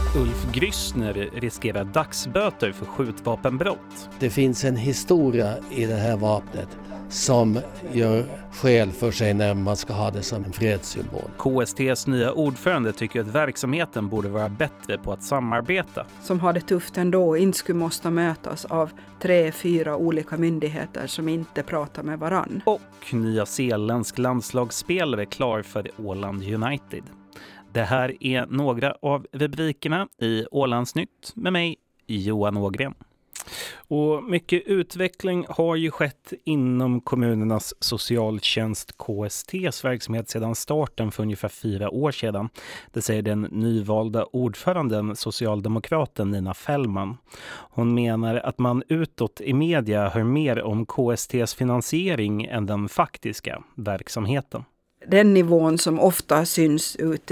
Ulf Grüssner riskerar dagsböter för skjutvapenbrott. Det finns en historia i det här vapnet som gör skäl för sig när man ska ha det som en fredssymbol. KSTs nya ordförande tycker att verksamheten borde vara bättre på att samarbeta. Som har det tufft ändå inte skulle måste mötas av 3-4 olika myndigheter som inte pratar med varann. Och nya zeeländsk landslagsspelare klar för Åland United. Det här är några av rubrikerna i Ålandsnytt med mig, Johan Ågren. Och mycket utveckling har ju skett inom kommunernas socialtjänst KSTs verksamhet sedan starten för ungefär 4 år sedan. Det säger den nyvalda ordföranden, socialdemokraten Nina Fällman. Hon menar att man utåt i media hör mer om KSTs finansiering än den faktiska verksamheten. Den nivån som ofta syns ute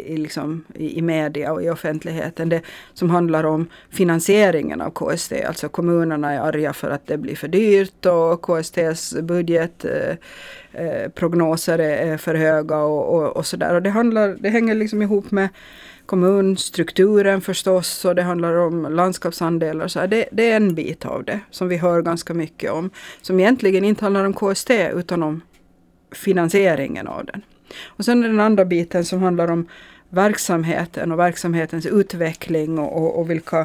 i media och i offentligheten, det som handlar om finansieringen av KST. Alltså kommunerna är arga för att det blir för dyrt och KSTs budgetprognoser är för höga och sådär. Och det hänger liksom ihop med kommunstrukturen förstås, och det handlar om landskapsandelar. Så det är en bit av det som vi hör ganska mycket om. Som egentligen inte handlar om KST utan om finansieringen av den. Och sen är den andra biten som handlar om verksamheten och verksamhetens utveckling och vilka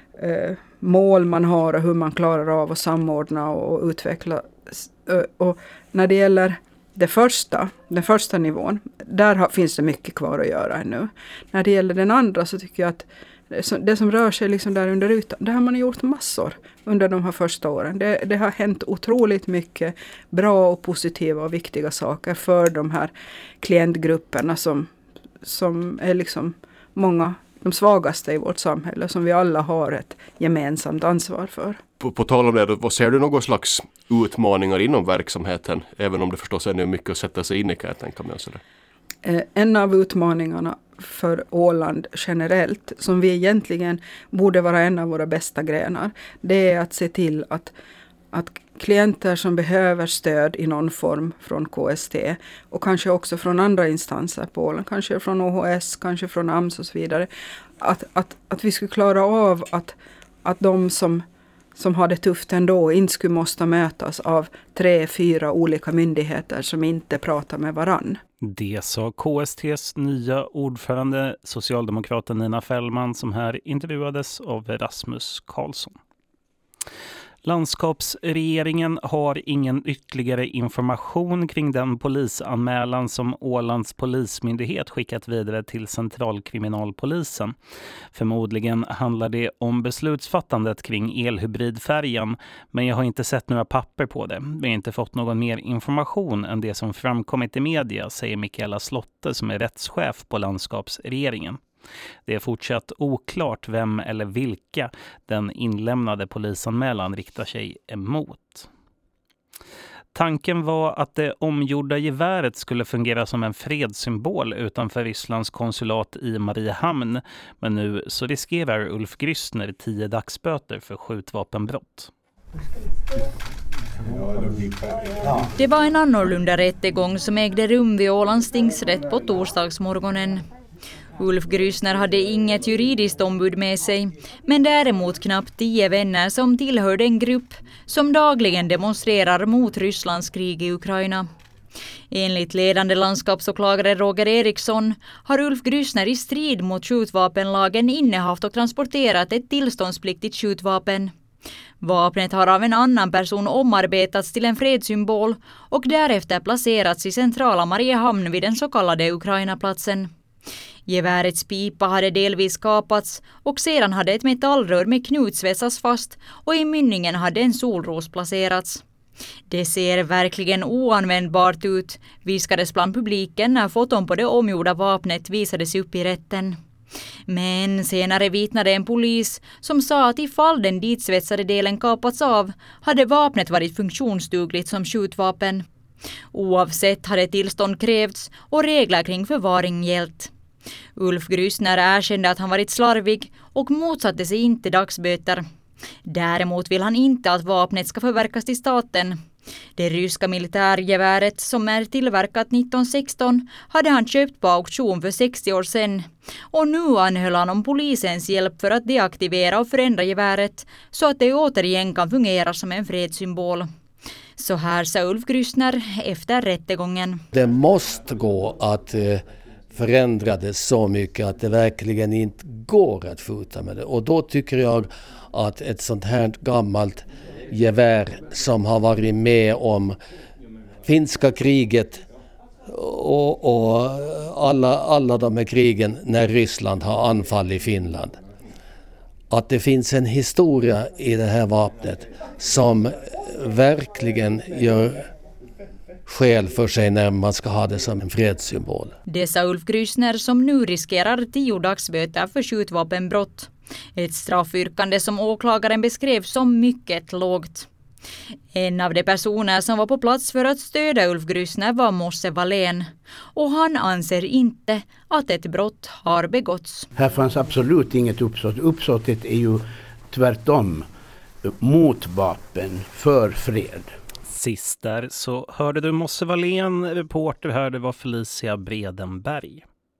mål man har och hur man klarar av att samordna och utveckla. Och när det gäller den första nivån, där finns det mycket kvar att göra ännu. När det gäller den andra så tycker jag att det som rör sig liksom där under ytan, det har man gjort massor under de här första åren. Det har hänt otroligt mycket bra och positiva och viktiga saker för de här klientgrupperna som är liksom många, de svagaste i vårt samhälle, som vi alla har ett gemensamt ansvar för. På tal om det, vad ser du någon slags utmaningar inom verksamheten? Även om det förstås är mycket att sätta sig in i, kan jag tänka mig. En av utmaningarna för Åland generellt, som vi egentligen borde vara en av våra bästa grenar, det är att se till att klienter som behöver stöd i någon form från KST och kanske också från andra instanser på Åland, kanske från OHS, kanske från AMS och så vidare, att vi skulle klara av att de som har det tufft ändå inte skulle måste mötas av 3-4 olika myndigheter som inte pratar med varann. Det sa KSTs nya ordförande, socialdemokraten Nina Fällman, som här intervjuades av Rasmus Karlsson. Landskapsregeringen har ingen ytterligare information kring den polisanmälan som Ålands polismyndighet skickat vidare till centralkriminalpolisen. Förmodligen handlar det om beslutsfattandet kring elhybridfärjan, men jag har inte sett några papper på det. Vi har inte fått någon mer information än det som framkommit i media, säger Mikaela Slotte som är rättschef på landskapsregeringen. Det är fortsatt oklart vem eller vilka den inlämnade polisanmälan riktar sig emot. Tanken var att det omgjorda geväret skulle fungera som en fredssymbol utanför Rysslands konsulat i Mariehamn, men nu så riskerar Ulf Grüssner 10 dagsböter för skjutvapenbrott. Det var en annorlunda rättegång som ägde rum vid Ålands tingsrätt på torsdagsmorgonen. Ulf Grüssner hade inget juridiskt ombud med sig, men däremot knappt 10 vänner som tillhör den grupp som dagligen demonstrerar mot Rysslands krig i Ukraina. Enligt ledande landskapsåklagare Roger Eriksson har Ulf Grüssner i strid mot skjutvapenlagen innehaft och transporterat ett tillståndspliktigt skjutvapen. Vapnet har av en annan person omarbetats till en fredssymbol och därefter placerats i centrala Mariehamn vid den så kallade Ukrainaplatsen. Gevärets pipa hade delvis kapats och sedan hade ett metallrör med knut svetsats fast och i mynningen hade en solros placerats. Det ser verkligen oanvändbart ut, viskades bland publiken när foton på det omgjorda vapnet visades upp i rätten. Men senare vittnade en polis som sa att ifall den ditsvetsade delen kapats av hade vapnet varit funktionsdugligt som skjutvapen. Oavsett hade tillstånd krävts och regler kring förvaring gällt. Ulf Grüssner erkände att han varit slarvig och motsatte sig inte dagsböter. Däremot vill han inte att vapnet ska förverkas till staten. Det ryska militärgeväret som är tillverkat 1916 hade han köpt på auktion för 60 år sedan. Och nu anhöll han om polisens hjälp för att deaktivera och förändra geväret så att det återigen kan fungera som en fredssymbol. Så här sa Ulf Grüssner efter rättegången. Det måste gå att förändra det så mycket att det verkligen inte går att skjuta med det. Och då tycker jag att ett sånt här gammalt gevär som har varit med om finska kriget och alla de här krigen när Ryssland har anfallit Finland. Att det finns en historia i det här vapnet som verkligen gör skäl för sig när man ska ha det som en fredssymbol. Det sa Ulf Grüssner som nu riskerar 10 dagsböter för skjutvapenbrott. Ett straffyrkande som åklagaren beskrev som mycket lågt. En av de personer som var på plats för att stödja Ulf Grüssner var Mosse Wallén. Och han anser inte att ett brott har begåtts. Här fanns absolut inget uppsåt. Uppsåtet är ju tvärtom mot vapen för fred. Sist där så hörde du Mosse Wallén, reporter hörde var Felicia Bredenberg.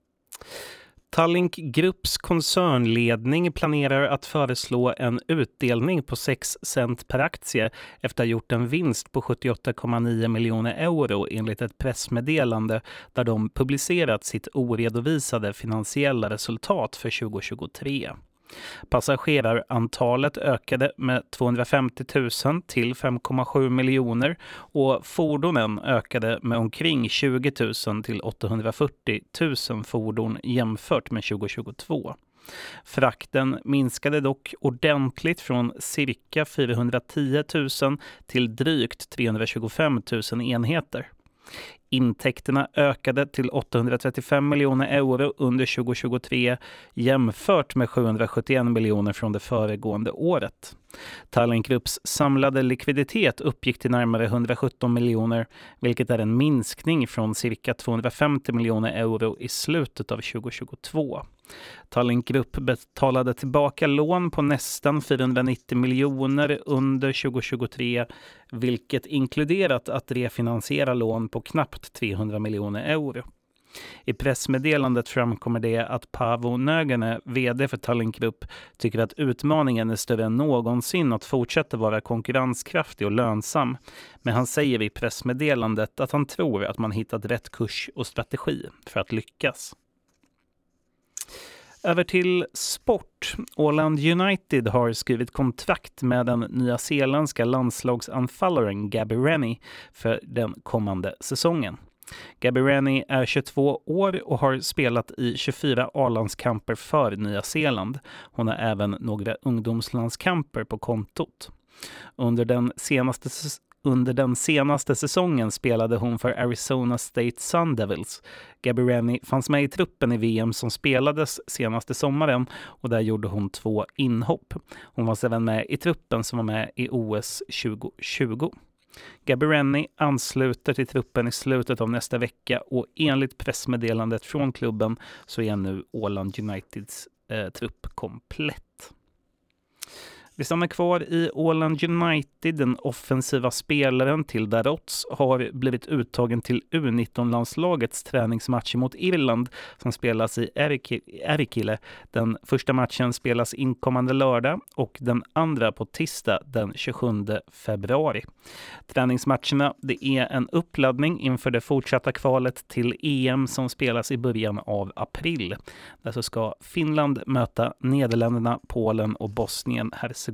Tallink Grupps koncernledning planerar att föreslå en utdelning på 6 cent per aktie efter att ha gjort en vinst på 78,9 miljoner euro enligt ett pressmeddelande där de publicerat sitt oredovisade finansiella resultat för 2023. Passagerarantalet ökade med 250 000 till 5,7 miljoner och fordonen ökade med omkring 20 000 till 840 000 fordon jämfört med 2022. Frakten minskade dock ordentligt från cirka 410 000 till drygt 325 000 enheter. Intäkterna ökade till 835 miljoner euro under 2023 jämfört med 771 miljoner från det föregående året. Tallink Grupps samlade likviditet uppgick till närmare 117 miljoner, vilket är en minskning från cirka 250 miljoner euro i slutet av 2022. Tallink Grupp betalade tillbaka lån på nästan 490 miljoner under 2023, vilket inkluderat att refinansiera lån på knappt 300 miljoner euro. I pressmeddelandet framkommer det att Paavo Nõgene, vd för Tallink Grupp, tycker att utmaningen är större än någonsin att fortsätta vara konkurrenskraftig och lönsam. Men han säger i pressmeddelandet att han tror att man hittat rätt kurs och strategi för att lyckas. Över till sport. Åland United har skrivit kontrakt med den nyzeeländska landslagsanfallaren Gabby Rennie för den kommande säsongen. Gabby Rennie är 22 år och har spelat i 24 A-landskamper för Nya Zeeland. Hon har även några ungdomslandskamper på kontot. Under den senaste säsongen spelade hon för Arizona State Sun Devils. Gabby Rennie fanns med i truppen i VM som spelades senaste sommaren och där gjorde hon 2 inhopp. Hon var även med i truppen som var med i OS 2020. Gabby Rennie ansluter till truppen i slutet av nästa vecka och enligt pressmeddelandet från klubben så är nu Åland Uniteds trupp komplett. Vi stannar kvar i Åland United. Den offensiva spelaren Tilda Rots har blivit uttagen till U19-landslagets träningsmatch mot Irland som spelas i Ärkile. Den första matchen spelas inkommande lördag och den andra på tisdag den 27 februari. Träningsmatcherna det är en uppladdning inför det fortsatta kvalet till EM som spelas i början av april. Där så ska Finland möta Nederländerna, Polen och Bosnien-Hercegovina.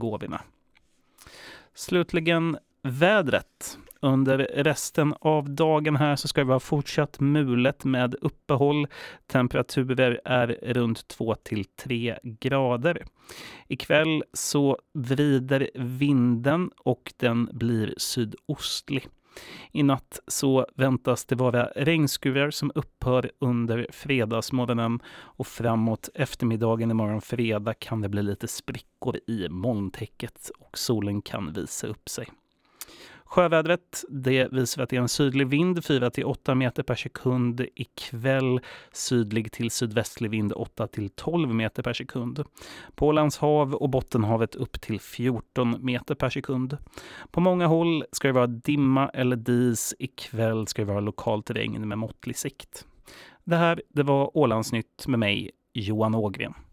Slutligen vädret. Under resten av dagen här så ska det vara fortsatt mulet med uppehåll. Temperaturer är runt 2-3 grader. Ikväll så vrider vinden och den blir sydostlig. I natt så väntas det vara regnskurar som upphör under fredagsmorgonen och framåt eftermiddagen imorgon fredag kan det bli lite sprickor i molntäcket och solen kan visa upp sig. Sjövädret, det visar att det är en sydlig vind 4-8 meter per sekund. Ikväll sydlig till sydvästlig vind 8-12 meter per sekund. På Ålands hav och Bottenhavet upp till 14 meter per sekund. På många håll ska det vara dimma eller dis. Ikväll ska det vara lokalt regn med måttlig sikt. Det här, det var Ålandsnytt med mig, Johan Ågren.